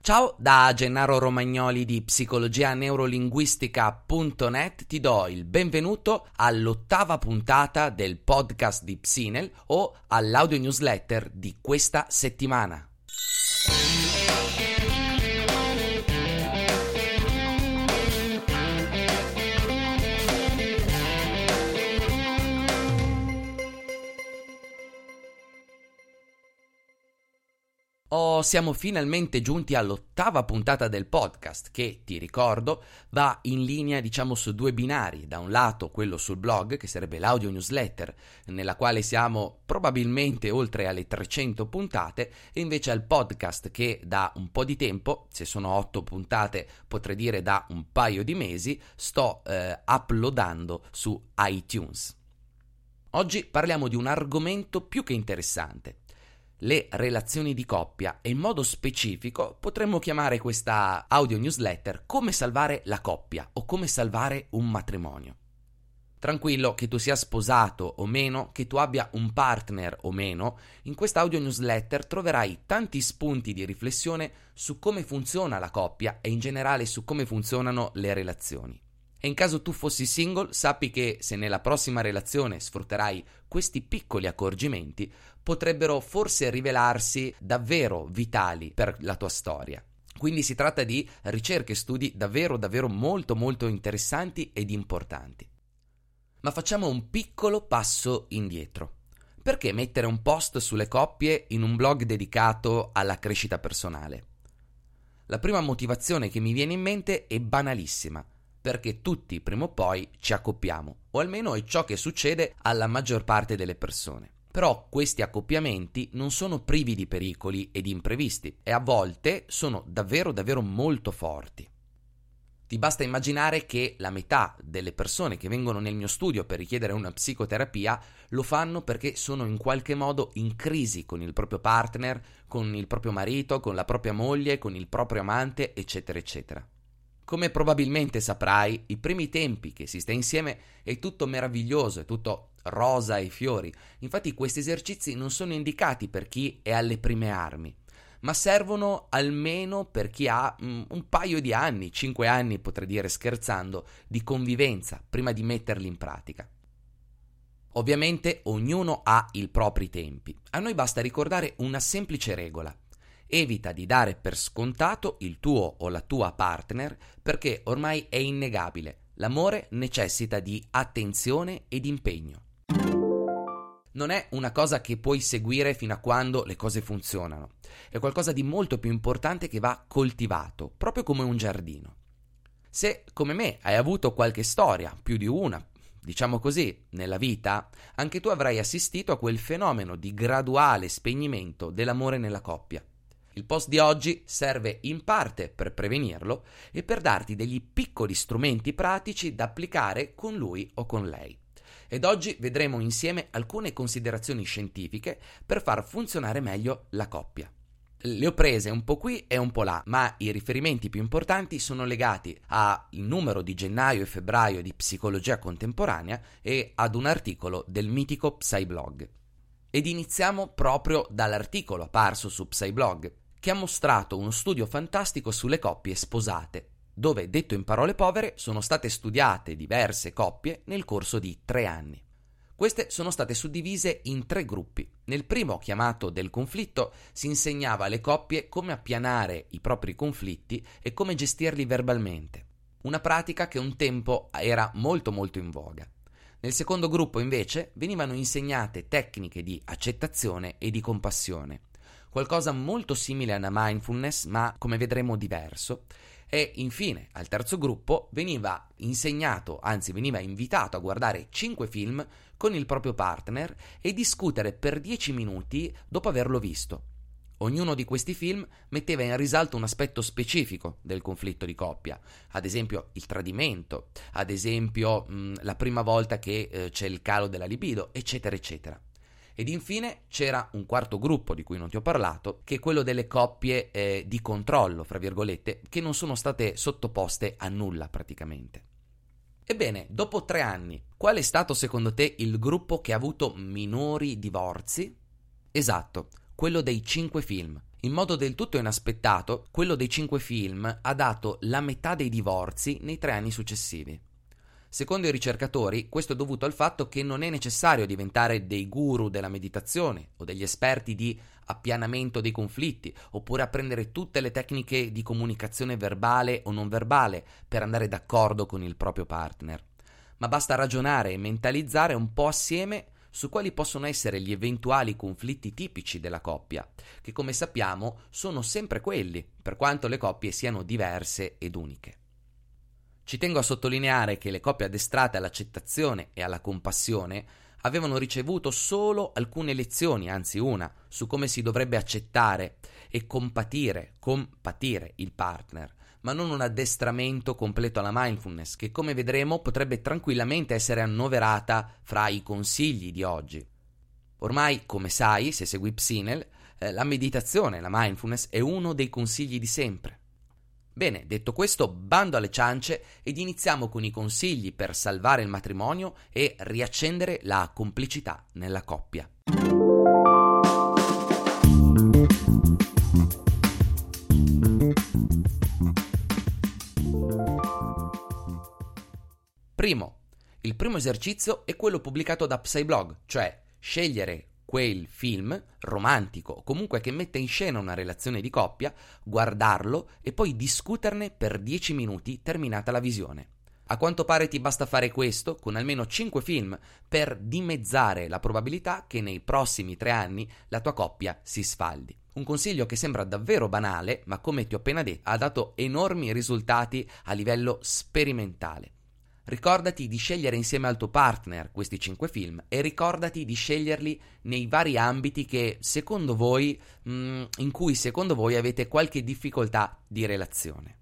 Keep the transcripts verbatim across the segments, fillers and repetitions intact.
Ciao, da Gennaro Romagnoli di psicologia neurolinguistica punto net ti do il benvenuto all'ottava puntata del podcast di Psinel o all'audio newsletter di questa settimana. Oh, siamo finalmente giunti all'ottava puntata del podcast che, ti ricordo, va in linea diciamo su due binari. Da un lato quello sul blog, che sarebbe l'audio newsletter, nella quale siamo probabilmente oltre alle trecento puntate, e invece al podcast che da un po' di tempo, se sono otto puntate potrei dire da un paio di mesi, sto eh, uploadando su iTunes. Oggi parliamo di un argomento più che interessante: le relazioni di coppia, e in modo specifico potremmo chiamare questa audio newsletter come salvare la coppia o come salvare un matrimonio. Tranquillo, che tu sia sposato o meno, che tu abbia un partner o meno, in questa audio newsletter troverai tanti spunti di riflessione su come funziona la coppia e in generale su come funzionano le relazioni. E in caso tu fossi single, sappi che se nella prossima relazione sfrutterai questi piccoli accorgimenti, potrebbero forse rivelarsi davvero vitali per la tua storia. Quindi si tratta di ricerche e studi davvero davvero molto molto interessanti ed importanti. Ma facciamo un piccolo passo indietro. Perché mettere un post sulle coppie in un blog dedicato alla crescita personale? La prima motivazione che mi viene in mente è banalissima: perché tutti prima o poi ci accoppiamo, o almeno è ciò che succede alla maggior parte delle persone. Però questi accoppiamenti non sono privi di pericoli e di imprevisti, e a volte sono davvero davvero molto forti. Ti basta immaginare che la metà delle persone che vengono nel mio studio per richiedere una psicoterapia lo fanno perché sono in qualche modo in crisi con il proprio partner, con il proprio marito, con la propria moglie, con il proprio amante, eccetera eccetera. Come probabilmente saprai, i primi tempi che si sta insieme è tutto meraviglioso, è tutto rosa e fiori. Infatti questi esercizi non sono indicati per chi è alle prime armi, ma servono almeno per chi ha mm, un paio di anni, cinque anni potrei dire scherzando, di convivenza prima di metterli in pratica. Ovviamente ognuno ha i propri tempi. A noi basta ricordare una semplice regola: evita di dare per scontato il tuo o la tua partner, perché ormai è innegabile, l'amore necessita di attenzione ed impegno. Non è una cosa che puoi seguire fino a quando le cose funzionano, è qualcosa di molto più importante che va coltivato, proprio come un giardino. Se, come me, hai avuto qualche storia, più di una, diciamo così, nella vita, anche tu avrai assistito a quel fenomeno di graduale spegnimento dell'amore nella coppia. Il post di oggi serve in parte per prevenirlo e per darti degli piccoli strumenti pratici da applicare con lui o con lei. Ed oggi vedremo insieme alcune considerazioni scientifiche per far funzionare meglio la coppia. Le ho prese un po' qui e un po' là, ma i riferimenti più importanti sono legati al numero di gennaio e febbraio di Psicologia Contemporanea e ad un articolo del mitico Psyblog. Ed iniziamo proprio dall'articolo apparso su Psyblog, che ha mostrato uno studio fantastico sulle coppie sposate, dove, detto in parole povere, sono state studiate diverse coppie nel corso di tre anni. Queste sono state suddivise in tre gruppi. Nel primo, chiamato del conflitto, si insegnava alle coppie come appianare i propri conflitti e come gestirli verbalmente, una pratica che un tempo era molto molto in voga. Nel secondo gruppo, invece, venivano insegnate tecniche di accettazione e di compassione, qualcosa molto simile a una mindfulness, ma come vedremo diverso. E infine, al terzo gruppo, veniva insegnato, anzi veniva invitato a guardare cinque film con il proprio partner e discutere per dieci minuti dopo averlo visto. Ognuno di questi film metteva in risalto un aspetto specifico del conflitto di coppia, ad esempio il tradimento, ad esempio mh, la prima volta che eh, c'è il calo della libido, eccetera eccetera. Ed infine c'era un quarto gruppo di cui non ti ho parlato, che è quello delle coppie eh, di controllo, fra virgolette, che non sono state sottoposte a nulla praticamente. Ebbene, dopo tre anni, qual è stato secondo te il gruppo che ha avuto minori divorzi? Esatto, quello dei cinque film. In modo del tutto inaspettato, quello dei cinque film ha dato la metà dei divorzi nei tre anni successivi. Secondo i ricercatori, questo è dovuto al fatto che non è necessario diventare dei guru della meditazione o degli esperti di appianamento dei conflitti, oppure apprendere tutte le tecniche di comunicazione verbale o non verbale per andare d'accordo con il proprio partner. Ma basta ragionare e mentalizzare un po' assieme su quali possono essere gli eventuali conflitti tipici della coppia, che come sappiamo sono sempre quelli, per quanto le coppie siano diverse ed uniche. Ci tengo a sottolineare che le coppie addestrate all'accettazione e alla compassione avevano ricevuto solo alcune lezioni, anzi una, su come si dovrebbe accettare e compatire, compatire il partner, ma non un addestramento completo alla mindfulness, che come vedremo potrebbe tranquillamente essere annoverata fra i consigli di oggi. Ormai, come sai, se segui Psinel, eh, la meditazione, la mindfulness è uno dei consigli di sempre. Bene, detto questo, bando alle ciance ed iniziamo con i consigli per salvare il matrimonio e riaccendere la complicità nella coppia. Primo, il primo esercizio è quello pubblicato da Psyblog, cioè scegliere quel film romantico o comunque che mette in scena una relazione di coppia, guardarlo e poi discuterne per dieci minuti terminata la visione. A quanto pare ti basta fare questo con almeno cinque film per dimezzare la probabilità che nei prossimi tre anni la tua coppia si sfaldi. Un consiglio che sembra davvero banale, ma come ti ho appena detto ha dato enormi risultati a livello sperimentale. Ricordati di scegliere insieme al tuo partner questi cinque film e ricordati di sceglierli nei vari ambiti che secondo voi, mh, in cui secondo voi avete qualche difficoltà di relazione.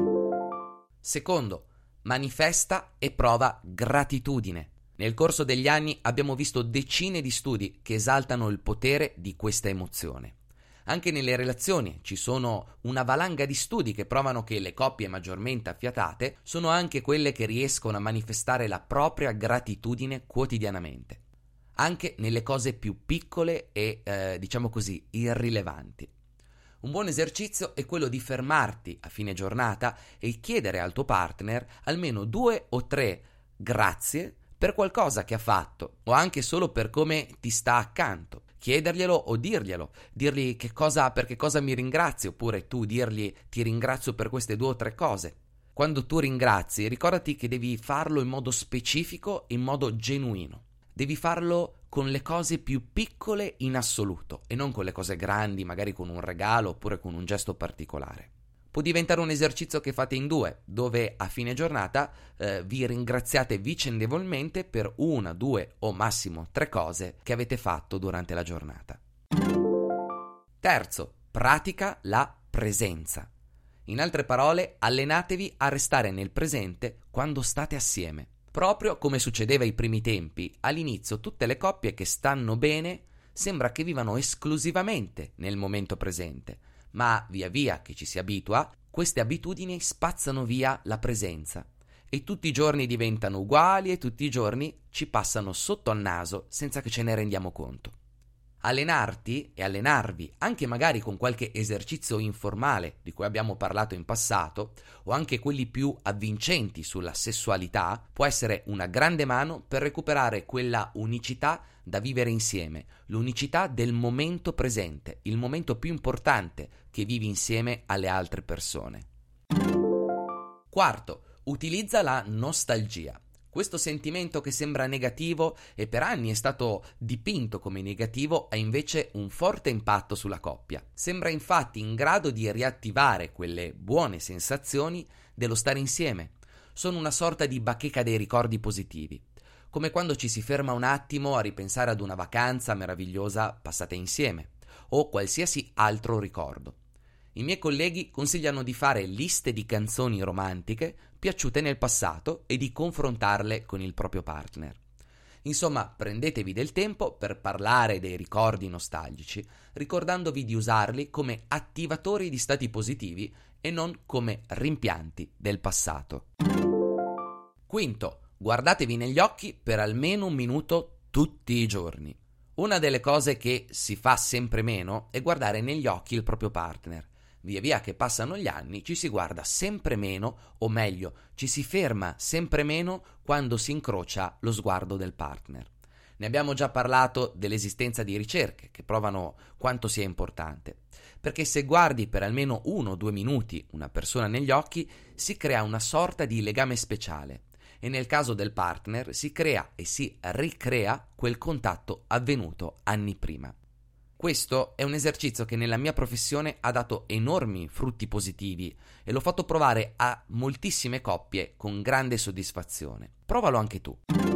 Secondo, manifesta e prova gratitudine. Nel corso degli anni abbiamo visto decine di studi che esaltano il potere di questa emozione. Anche nelle relazioni ci sono una valanga di studi che provano che le coppie maggiormente affiatate sono anche quelle che riescono a manifestare la propria gratitudine quotidianamente, anche nelle cose più piccole e, eh, diciamo così, irrilevanti. Un buon esercizio è quello di fermarti a fine giornata e chiedere al tuo partner almeno due o tre grazie per qualcosa che ha fatto o anche solo per come ti sta accanto. Chiederglielo o dirglielo, dirgli che cosa, per che cosa mi ringrazi, oppure tu dirgli ti ringrazio per queste due o tre cose. Quando tu ringrazi, ricordati che devi farlo in modo specifico, in modo genuino. Devi farlo con le cose più piccole in assoluto e non con le cose grandi, magari con un regalo oppure con un gesto particolare. Può diventare un esercizio che fate in due, dove a fine giornata eh, vi ringraziate vicendevolmente per una, due o massimo tre cose che avete fatto durante la giornata. Terzo, pratica la presenza. In altre parole, allenatevi a restare nel presente quando state assieme. Proprio come succedeva ai primi tempi, all'inizio tutte le coppie che stanno bene sembra che vivano esclusivamente nel momento presente. Ma via via che ci si abitua, queste abitudini spazzano via la presenza e tutti i giorni diventano uguali e tutti i giorni ci passano sotto al naso senza che ce ne rendiamo conto. Allenarti e allenarvi, anche magari con qualche esercizio informale di cui abbiamo parlato in passato, o anche quelli più avvincenti sulla sessualità, può essere una grande mano per recuperare quella unicità da vivere insieme, l'unicità del momento presente, il momento più importante che vivi insieme alle altre persone. Quarto, utilizza la nostalgia. Questo sentimento che sembra negativo e per anni è stato dipinto come negativo ha invece un forte impatto sulla coppia. Sembra infatti in grado di riattivare quelle buone sensazioni dello stare insieme. Sono una sorta di bacheca dei ricordi positivi, come quando ci si ferma un attimo a ripensare ad una vacanza meravigliosa passata insieme o qualsiasi altro ricordo. I miei colleghi consigliano di fare liste di canzoni romantiche piaciute nel passato e di confrontarle con il proprio partner. Insomma, prendetevi del tempo per parlare dei ricordi nostalgici, ricordandovi di usarli come attivatori di stati positivi e non come rimpianti del passato. Quinto, guardatevi negli occhi per almeno un minuto tutti i giorni. Una delle cose che si fa sempre meno è guardare negli occhi il proprio partner. Via via che passano gli anni ci si guarda sempre meno, o meglio, ci si ferma sempre meno quando si incrocia lo sguardo del partner. Ne abbiamo già parlato dell'esistenza di ricerche che provano quanto sia importante, perché se guardi per almeno uno o due minuti una persona negli occhi si crea una sorta di legame speciale e nel caso del partner si crea e si ricrea quel contatto avvenuto anni prima. Questo è un esercizio che nella mia professione ha dato enormi frutti positivi e l'ho fatto provare a moltissime coppie con grande soddisfazione. Provalo anche tu.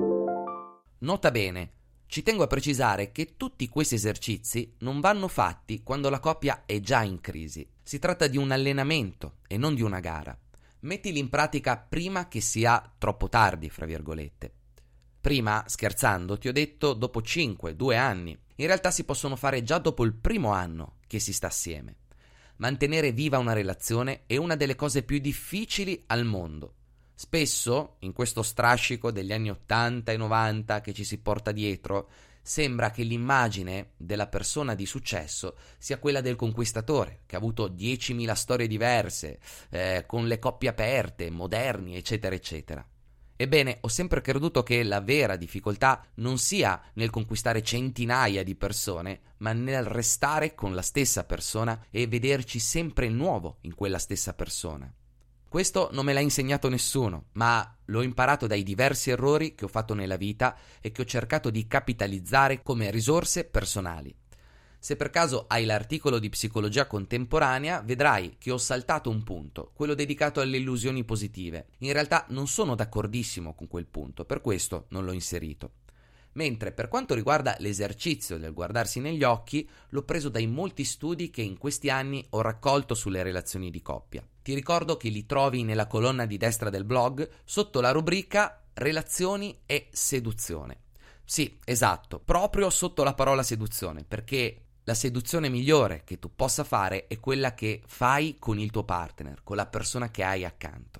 Nota bene, ci tengo a precisare che tutti questi esercizi non vanno fatti quando la coppia è già in crisi. Si tratta di un allenamento e non di una gara. Mettili in pratica prima che sia troppo tardi, fra virgolette. Prima, scherzando, ti ho detto dopo cinque, due anni. In realtà si possono fare già dopo il primo anno che si sta assieme. Mantenere viva una relazione è una delle cose più difficili al mondo. Spesso, in questo strascico degli anni ottanta e novanta che ci si porta dietro, sembra che l'immagine della persona di successo sia quella del conquistatore, che ha avuto diecimila storie diverse, eh, con le coppie aperte, moderni, eccetera, eccetera. Ebbene, ho sempre creduto che la vera difficoltà non sia nel conquistare centinaia di persone, ma nel restare con la stessa persona e vederci sempre il nuovo in quella stessa persona. Questo non me l'ha insegnato nessuno, ma l'ho imparato dai diversi errori che ho fatto nella vita e che ho cercato di capitalizzare come risorse personali. Se per caso hai l'articolo di psicologia contemporanea, vedrai che ho saltato un punto, quello dedicato alle illusioni positive. In realtà non sono d'accordissimo con quel punto, per questo non l'ho inserito. Mentre per quanto riguarda l'esercizio del guardarsi negli occhi, l'ho preso dai molti studi che in questi anni ho raccolto sulle relazioni di coppia. Ti ricordo che li trovi nella colonna di destra del blog sotto la rubrica Relazioni e seduzione. Sì, esatto, proprio sotto la parola seduzione, perché la seduzione migliore che tu possa fare è quella che fai con il tuo partner, con la persona che hai accanto.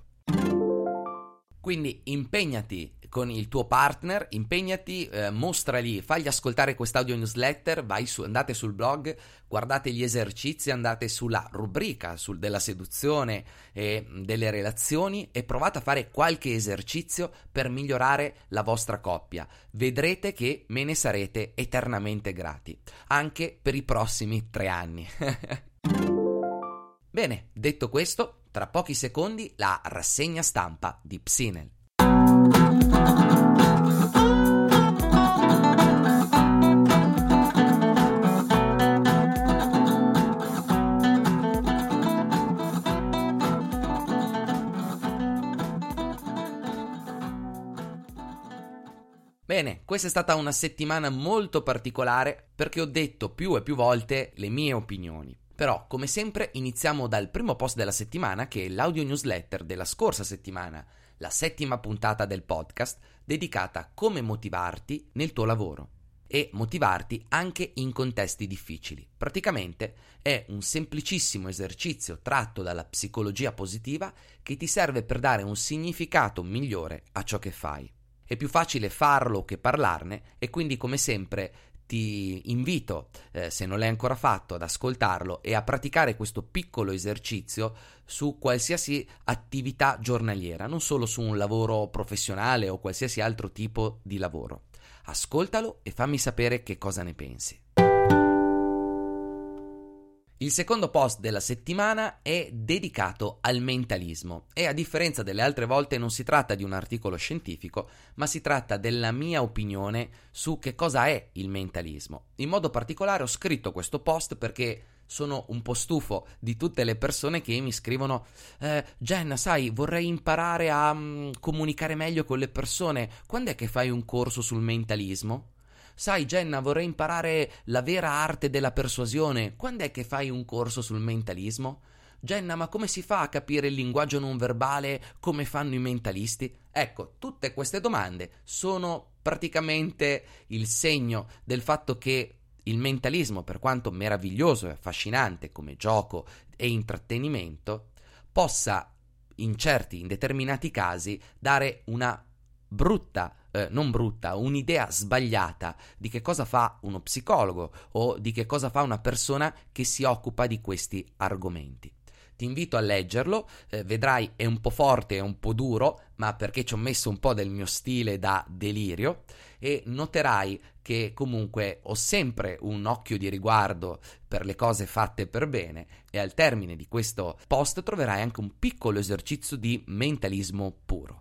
Quindi impegnati con il tuo partner, impegnati, eh, mostragli, fagli ascoltare quest'audio newsletter, vai su, andate sul blog, guardate gli esercizi, andate sulla rubrica sul, della seduzione e delle relazioni e provate a fare qualche esercizio per migliorare la vostra coppia. Vedrete che me ne sarete eternamente grati, anche per i prossimi tre anni. Bene, detto questo, tra pochi secondi la rassegna stampa di Psinel. Bene, questa è stata una settimana molto particolare perché ho detto più e più volte le mie opinioni. Però, come sempre, iniziamo dal primo post della settimana, che è l'audio newsletter della scorsa settimana, la settima puntata del podcast, dedicata a come motivarti nel tuo lavoro e motivarti anche in contesti difficili. Praticamente è un semplicissimo esercizio tratto dalla psicologia positiva che ti serve per dare un significato migliore a ciò che fai. È più facile farlo che parlarne e quindi, come sempre, ti invito, eh, se non l'hai ancora fatto, ad ascoltarlo e a praticare questo piccolo esercizio su qualsiasi attività giornaliera, non solo su un lavoro professionale o qualsiasi altro tipo di lavoro. Ascoltalo e fammi sapere che cosa ne pensi. Il secondo post della settimana è dedicato al mentalismo e a differenza delle altre volte non si tratta di un articolo scientifico, ma si tratta della mia opinione su che cosa è il mentalismo. In modo particolare ho scritto questo post perché sono un po' stufo di tutte le persone che mi scrivono eh, Jenna, sai, vorrei imparare a um, comunicare meglio con le persone, quando è che fai un corso sul mentalismo? Sai Jenna, vorrei imparare la vera arte della persuasione, quando è che fai un corso sul mentalismo? Jenna, ma come si fa a capire il linguaggio non verbale come fanno i mentalisti? Ecco, tutte queste domande sono praticamente il segno del fatto che il mentalismo, per quanto meraviglioso e affascinante come gioco e intrattenimento, possa in certi, in determinati casi, dare una brutta eh, non brutta, un'idea sbagliata di che cosa fa uno psicologo o di che cosa fa una persona che si occupa di questi argomenti. Ti invito a leggerlo, eh, vedrai è un po' forte, è un po' duro, ma perché ci ho messo un po' del mio stile da delirio, e noterai che comunque ho sempre un occhio di riguardo per le cose fatte per bene, e al termine di questo post troverai anche un piccolo esercizio di mentalismo puro.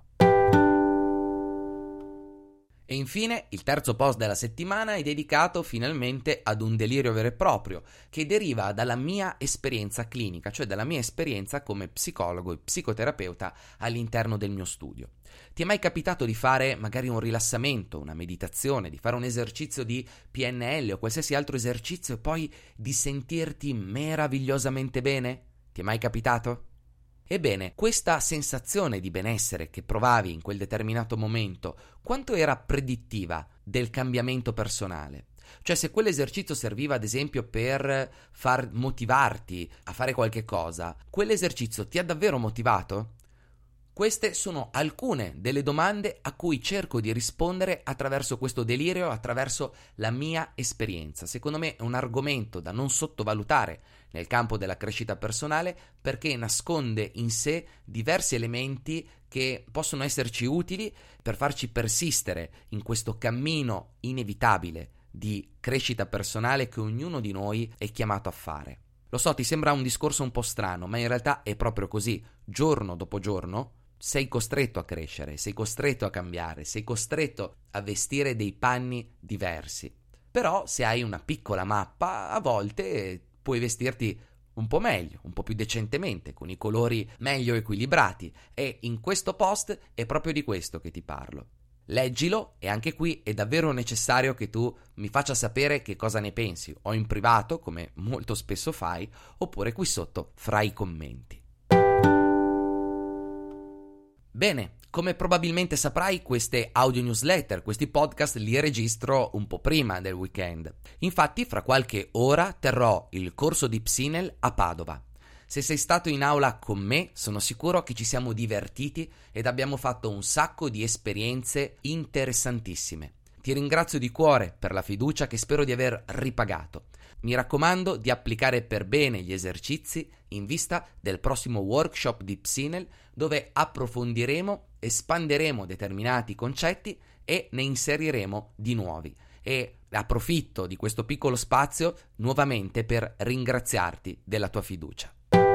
E infine il terzo post della settimana è dedicato finalmente ad un delirio vero e proprio che deriva dalla mia esperienza clinica, cioè dalla mia esperienza come psicologo e psicoterapeuta all'interno del mio studio. Ti è mai capitato di fare magari un rilassamento, una meditazione, di fare un esercizio di P N L o qualsiasi altro esercizio e poi di sentirti meravigliosamente bene? Ti è mai capitato? Ebbene, questa sensazione di benessere che provavi in quel determinato momento, quanto era predittiva del cambiamento personale? Cioè, se quell'esercizio serviva ad esempio per far motivarti a fare qualche cosa, quell'esercizio ti ha davvero motivato? Queste sono alcune delle domande a cui cerco di rispondere attraverso questo delirio, attraverso la mia esperienza. Secondo me è un argomento da non sottovalutare nel campo della crescita personale perché nasconde in sé diversi elementi che possono esserci utili per farci persistere in questo cammino inevitabile di crescita personale che ognuno di noi è chiamato a fare. Lo so, ti sembra un discorso un po' strano, ma in realtà è proprio così. Giorno dopo giorno sei costretto a crescere, sei costretto a cambiare, sei costretto a vestire dei panni diversi. Però se hai una piccola mappa, a volte puoi vestirti un po' meglio, un po' più decentemente, con i colori meglio equilibrati, e in questo post è proprio di questo che ti parlo. Leggilo e anche qui è davvero necessario che tu mi faccia sapere che cosa ne pensi, o in privato, come molto spesso fai, oppure qui sotto fra i commenti. Bene, come probabilmente saprai, queste audio newsletter, questi podcast li registro un po' prima del weekend. Infatti, fra qualche ora terrò il corso di Psynel a Padova. Se sei stato in aula con me, sono sicuro che ci siamo divertiti ed abbiamo fatto un sacco di esperienze interessantissime. Ti ringrazio di cuore per la fiducia che spero di aver ripagato. Mi raccomando di applicare per bene gli esercizi in vista del prossimo workshop di Psynel, dove approfondiremo, espanderemo determinati concetti e ne inseriremo di nuovi. E approfitto di questo piccolo spazio nuovamente per ringraziarti della tua fiducia.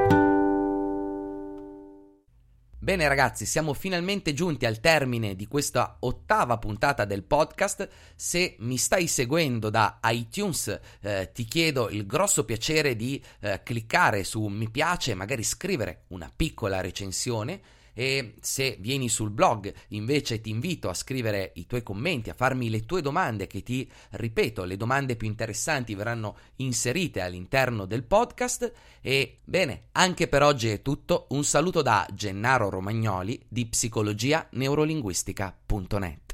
Bene ragazzi, siamo finalmente giunti al termine di questa ottava puntata del podcast. Se mi stai seguendo da iTunes, eh, ti chiedo il grosso piacere di eh, cliccare su mi piace e magari scrivere una piccola recensione. E se vieni sul blog invece ti invito a scrivere i tuoi commenti, a farmi le tue domande che ti, ripeto, le domande più interessanti verranno inserite all'interno del podcast. E bene, anche per oggi è tutto. Un saluto da Gennaro Romagnoli di psicologia neurolinguistica punto net.